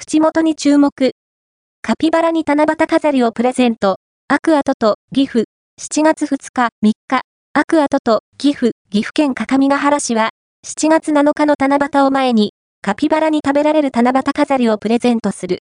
口元に注目。カピバラに七夕飾りをプレゼント。アクアトト、岐阜。7月2日、3日。アクアトト、岐阜県各務原市は、7月7日の七夕を前に、カピバラに食べられる七夕飾りをプレゼントする。